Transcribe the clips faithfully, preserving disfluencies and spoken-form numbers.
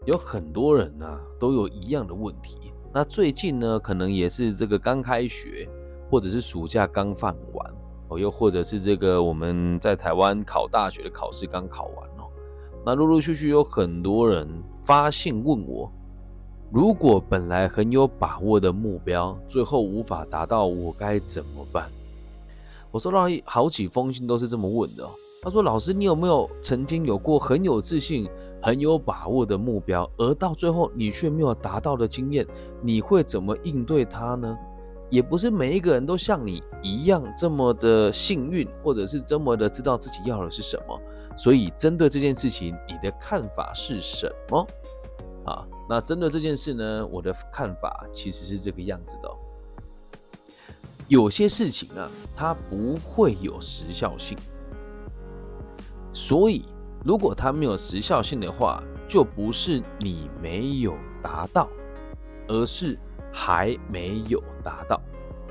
有很多人啊都有一样的问题。那最近呢，可能也是这个刚开学，或者是暑假刚放完哦，又或者是这个我们在台湾考大学的考试刚考完哦。那陆陆续续有很多人发信问我，如果本来很有把握的目标，最后无法达到，我该怎么办？我收到好几封信都是这么问的哦。他说：老师，你有没有曾经有过很有自信、很有把握的目标，而到最后你却没有达到的经验，你会怎么应对它呢？也不是每一个人都像你一样这么的幸运，或者是这么的知道自己要的是什么。所以针对这件事情，你的看法是什么？啊，那针对这件事呢，我的看法其实是这个样子的哦。有些事情啊，它不会有时效性。所以，如果它没有时效性的话，就不是你没有达到，而是还没有达到。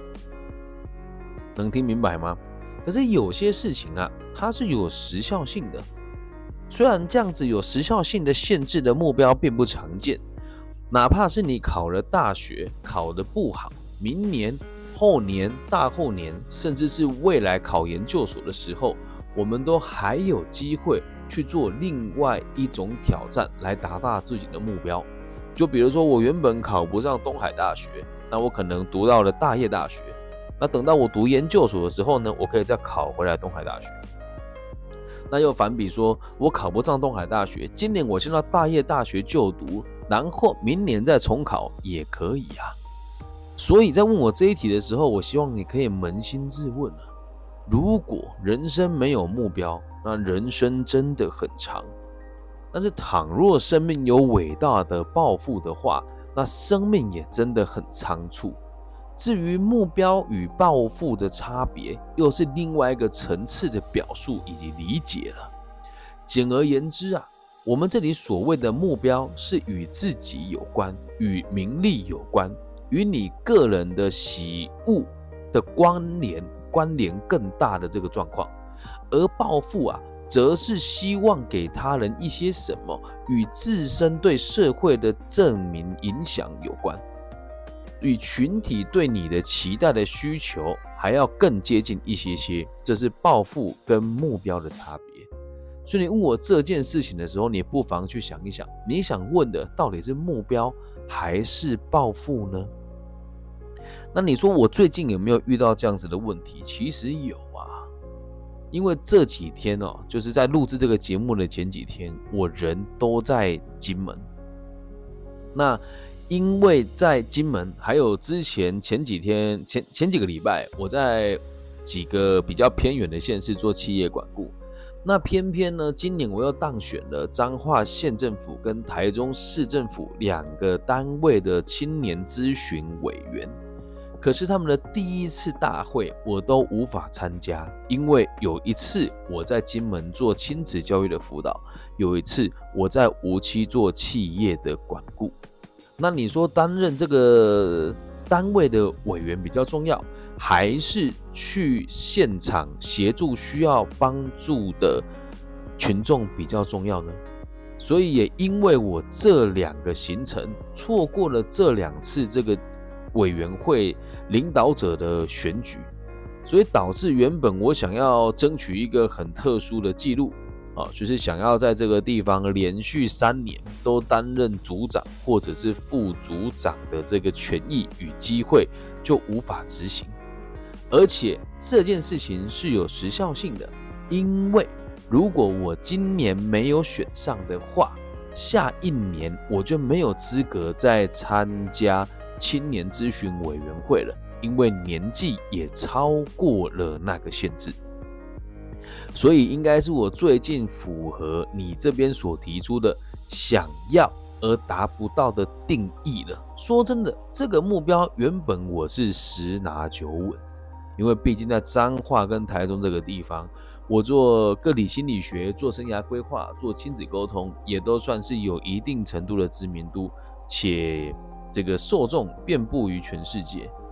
能听明白吗？可是有些事情啊，它是有时效性的。虽然这样子有时效性的限制的目标并不常见，哪怕是你考了大学，考得不好，明年、后年、大后年，甚至是未来考研究所的时候，我们都还有机会去做另外一种挑战来达到自己的目标。就比如说我原本考不上东海大学，那我可能读到了大业大学，那等到我读研究所的时候呢，我可以再考回来东海大学。那又反比说我考不上东海大学，今年我先到大业大学就读，然后明年再重考也可以啊。所以在问我这一题的时候，我希望你可以扪心自问啊，如果人生没有目标，那人生真的很长。但是倘若生命有伟大的抱负的话，那生命也真的很仓促。至于目标与抱负的差别，又是另外一个层次的表述以及理解了。简而言之啊，我们这里所谓的目标是与自己有关，与名利有关，与你个人的喜恶的关联关联更大的这个状况。而抱负啊，则是希望给他人一些什么，与自身对社会的正面影响有关，与群体对你的期待的需求还要更接近一些些，这是抱负跟目标的差别。所以你问我这件事情的时候，你不妨去想一想，你想问的到底是目标还是抱负呢？那你说我最近有没有遇到这样子的问题？其实有啊，因为这几天哦，就是在录制这个节目的前几天，我人都在金门。那因为在金门，还有之前前几天前前几个礼拜，我在几个比较偏远的县市做企业管顾。那偏偏呢，今年我又当选了彰化县政府跟台中市政府两个单位的青年咨询委员。可是他们的第一次大会我都无法参加，因为有一次我在金门做亲子教育的辅导，有一次我在无期做企业的管顾。那你说担任这个单位的委员比较重要，还是去现场协助需要帮助的群众比较重要呢？所以也因为我这两个行程错过了这两次这个委员会领导者的选举，所以导致原本我想要争取一个很特殊的记录，啊，就是想要在这个地方连续三年都担任组长或者是副组长的这个权益与机会就无法执行。而且这件事情是有时效性的，因为如果我今年没有选上的话，下一年我就没有资格再参加青年咨询委员会了，因为年纪也超过了那个限制。所以应该是我最近符合你这边所提出的想要而达不到的定义了。说真的，这个目标原本我是十拿九稳，因为毕竟在彰化跟台中这个地方，我做个体心理学、做生涯规划、做亲子沟通，也都算是有一定程度的知名度，且这个受众遍布于全世界。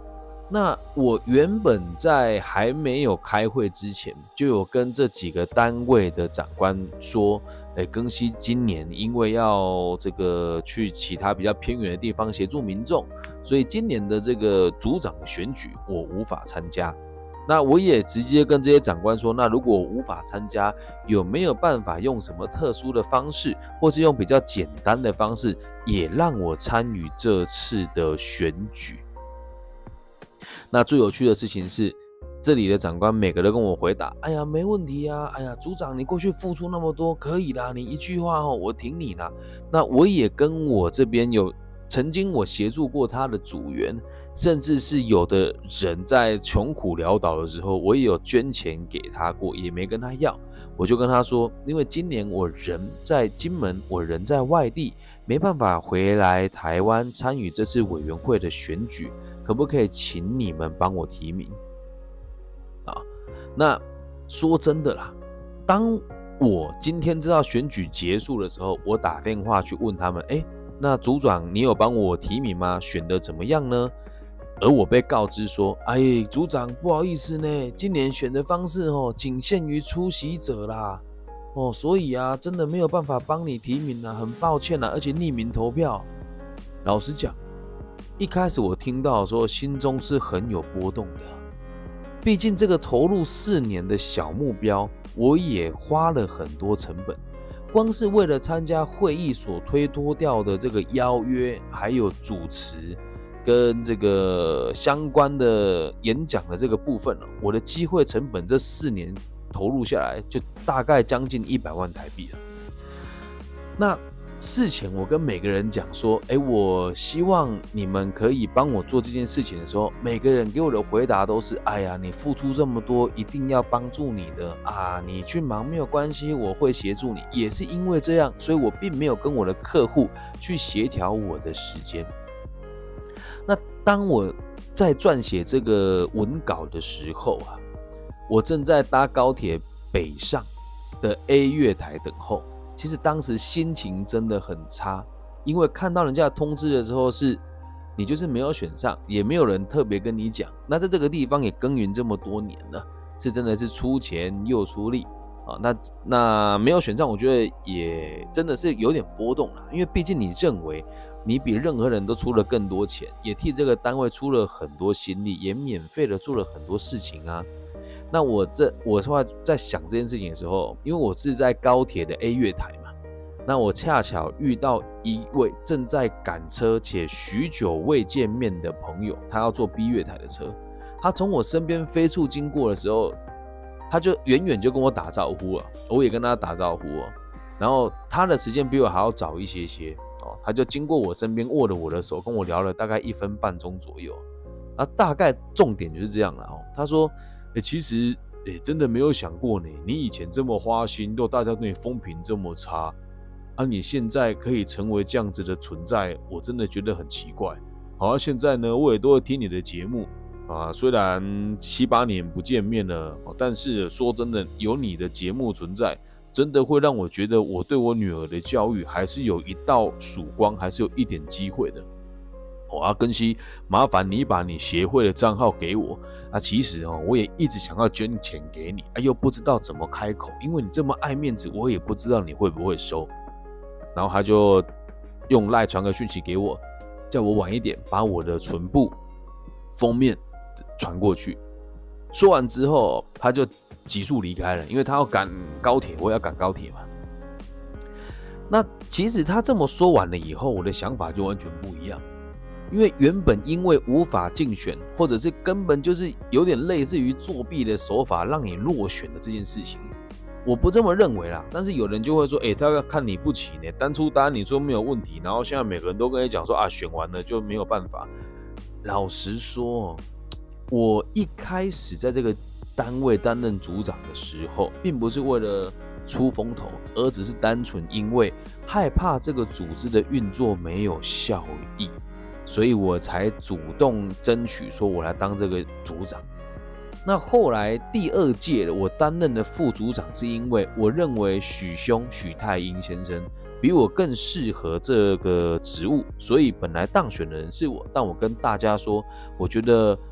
那我原本在还没有开会之前，就有跟这几个单位的长官说，哎，庚希今年因为要这个去其他比较偏远的地方协助民众，所以今年的这个组长的选举我无法参加。那我也直接跟这些长官说，那如果我无法参加，有没有办法用什么特殊的方式，或是用比较简单的方式，也让我参与这次的选举？那最有趣的事情是，这里的长官每个都跟我回答：“哎呀，没问题啊！哎呀，组长你过去付出那么多，可以啦，你一句话哦，我挺你啦。”那我也跟我这边有曾经我协助过他的组员，甚至是有的人在穷苦潦倒的时候，我也有捐钱给他过，也没跟他要。我就跟他说，因为今年我人在金门，我人在外地，没办法回来台湾参与这次委员会的选举，可不可以请你们帮我提名？啊，那说真的啦，当我今天知道选举结束的时候，我打电话去问他们，哎，那组长你有帮我提名吗？选得怎么样呢？而我被告知说，哎，组长不好意思呢，今年选的方式哦，仅限于出席者啦，哦，所以啊，真的没有办法帮你提名啊，很抱歉啊，而且匿名投票。老实讲，一开始我听到的时候，心中是很有波动的，毕竟这个投入四年的小目标，我也花了很多成本，光是为了参加会议所推脱掉的这个邀约，还有主持。跟这个相关的演讲的这个部分，我的机会成本这四年投入下来，就大概将近一百万台币了。那事前我跟每个人讲说，哎，我希望你们可以帮我做这件事情的时候，每个人给我的回答都是，哎呀，你付出这么多，一定要帮助你的啊，你去忙没有关系，我会协助你。也是因为这样，所以我并没有跟我的客户去协调我的时间。那当我在撰写这个文稿的时候啊，我正在搭高铁北上的 A 月台等候。其实当时心情真的很差，因为看到人家的通知的时候是，你就是没有选上，也没有人特别跟你讲。那在这个地方也耕耘这么多年了，是真的是出钱又出力啊。那那没有选上，我觉得也真的是有点波动了，因为毕竟你认为。你比任何人都出了更多钱，也替这个单位出了很多心力，也免费的做了很多事情啊。那我这我说话在想这件事情的时候，因为我是在高铁的 A 月台嘛，那我恰巧遇到一位正在赶车且许久未见面的朋友，他要坐 B 月台的车，他从我身边飞速经过的时候，他就远远就跟我打招呼了，我也跟他打招呼哦。然后他的时间比我还要早一些些。他就经过我身边握了我的手，跟我聊了大概一分半钟左右。那大概重点就是这样了哦。他说：“欸、其实、欸、真的没有想过呢，你以前这么花心，都大家对你风评这么差，啊，你现在可以成为这样子的存在，我真的觉得很奇怪。好、啊，现在呢，我也都会听你的节目啊，虽然七八年不见面了，但是说真的，有你的节目存在。”真的会让我觉得我对我女儿的教育还是有一道曙光，还是有一点机会的。我要庚希，麻烦你把你协会的账号给我啊！其实哦，我也一直想要捐钱给你，啊，又不知道怎么开口，因为你这么爱面子，我也不知道你会不会收。然后他就用 LINE 传个讯息给我，叫我晚一点把我的唇部封面传过去。说完之后，他就急速离开了，因为他要赶高铁，我也要赶高铁嘛。那其实他这么说完了以后，我的想法就完全不一样。因为原本因为无法竞选，或者是根本就是有点类似于作弊的手法让你落选的这件事情，我不这么认为啦。但是有人就会说，哎、欸，他要看你不起呢，当初答案你说没有问题，然后现在每个人都跟你讲说啊，选完了就没有办法。老实说，我一开始在这个单位担任组长的时候，并不是为了出风头，而只是单纯因为害怕这个组织的运作没有效益，所以我才主动争取说我来当这个组长。那后来第二届了，我担任的副组长，是因为我认为许兄许太英先生比我更适合这个职务，所以本来当选的人是我，但我跟大家说，我觉得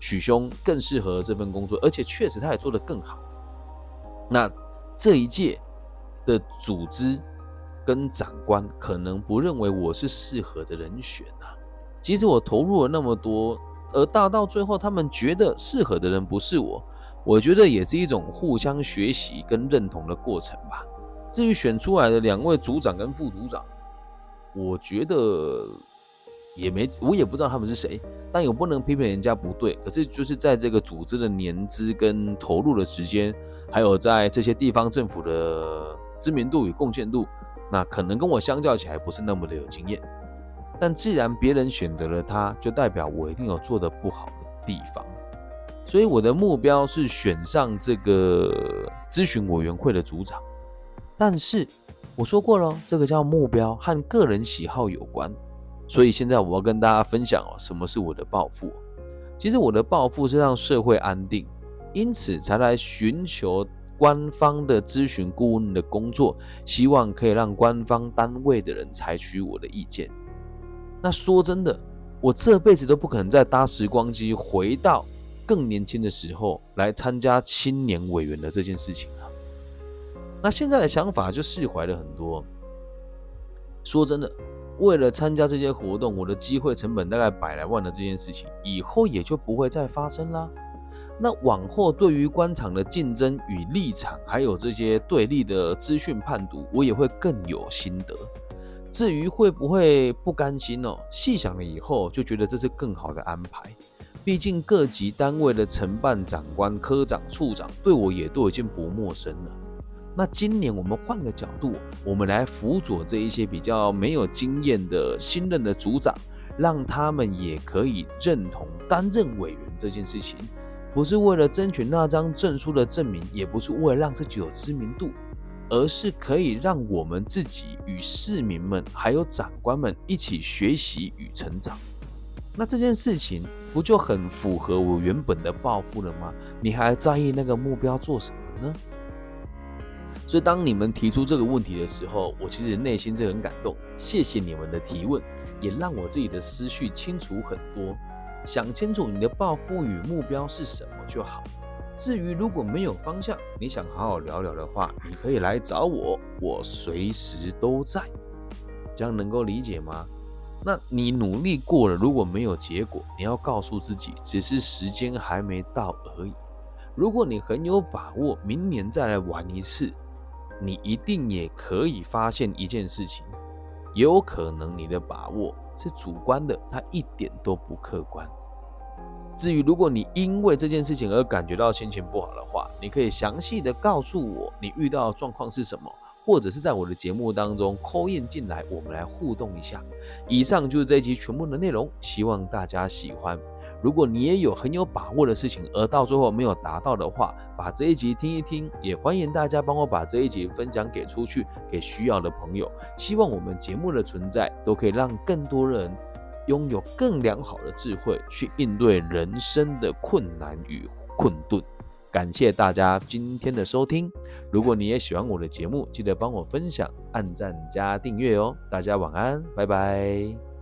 许兄更适合这份工作，而且确实他也做得更好。那这一届的组织跟长官可能不认为我是适合的人选啊。即使我投入了那么多，而到到最后他们觉得适合的人不是我，我觉得也是一种互相学习跟认同的过程吧。至于选出来的两位组长跟副组长，我觉得也没，我也不知道他们是谁，但也不能批评人家不对。可是就是在这个组织的年资跟投入的时间，还有在这些地方政府的知名度与贡献度，那可能跟我相较起来不是那么的有经验。但既然别人选择了他，就代表我一定有做得不好的地方。所以我的目标是选上这个咨询委员会的组长。但是我说过了，这个叫目标，和个人喜好有关。所以现在我要跟大家分享哦，什么是我的抱负。其实我的抱负是让社会安定，因此才来寻求官方的咨询顾问的工作，希望可以让官方单位的人采取我的意见。那说真的，我这辈子都不可能再搭时光机回到更年轻的时候来参加青年委员的这件事情了。那现在的想法就释怀了很多。说真的，为了参加这些活动，我的机会成本大概百来万的这件事情，以后也就不会再发生啦。那往后对于官场的竞争与立场，还有这些对立的资讯判读，我也会更有心得。至于会不会不甘心哦，细想了以后就觉得这是更好的安排。毕竟各级单位的承办长官、科长、处长对我也都已经不陌生了。那今年我们换个角度，我们来辅佐这一些比较没有经验的新任的组长，让他们也可以认同担任委员这件事情，不是为了争取那张证书的证明，也不是为了让自己有知名度，而是可以让我们自己与市民们还有长官们一起学习与成长。那这件事情不就很符合我原本的抱负了吗？你还在意那个目标做什么呢？所以当你们提出这个问题的时候，我其实内心是很感动，谢谢你们的提问，也让我自己的思绪清楚很多。想清楚你的抱负与目标是什么就好。至于如果没有方向，你想好好聊聊的话，你可以来找我，我随时都在。这样能够理解吗？那你努力过了，如果没有结果，你要告诉自己，只是时间还没到而已。如果你很有把握，明年再来玩一次，你一定也可以发现一件事情，也有可能你的把握是主观的，它一点都不客观。至于如果你因为这件事情而感觉到心情不好的话，你可以详细的告诉我你遇到的状况是什么，或者是在我的节目当中 call in 进来，我们来互动一下。以上就是这一集全部的内容，希望大家喜欢。如果你也有很有把握的事情，而到最后没有达到的话，把这一集听一听，也欢迎大家帮我把这一集分享给出去，给需要的朋友。希望我们节目的存在，都可以让更多人拥有更良好的智慧，去应对人生的困难与困顿。感谢大家今天的收听。如果你也喜欢我的节目，记得帮我分享、按赞加订阅哦。大家晚安，拜拜。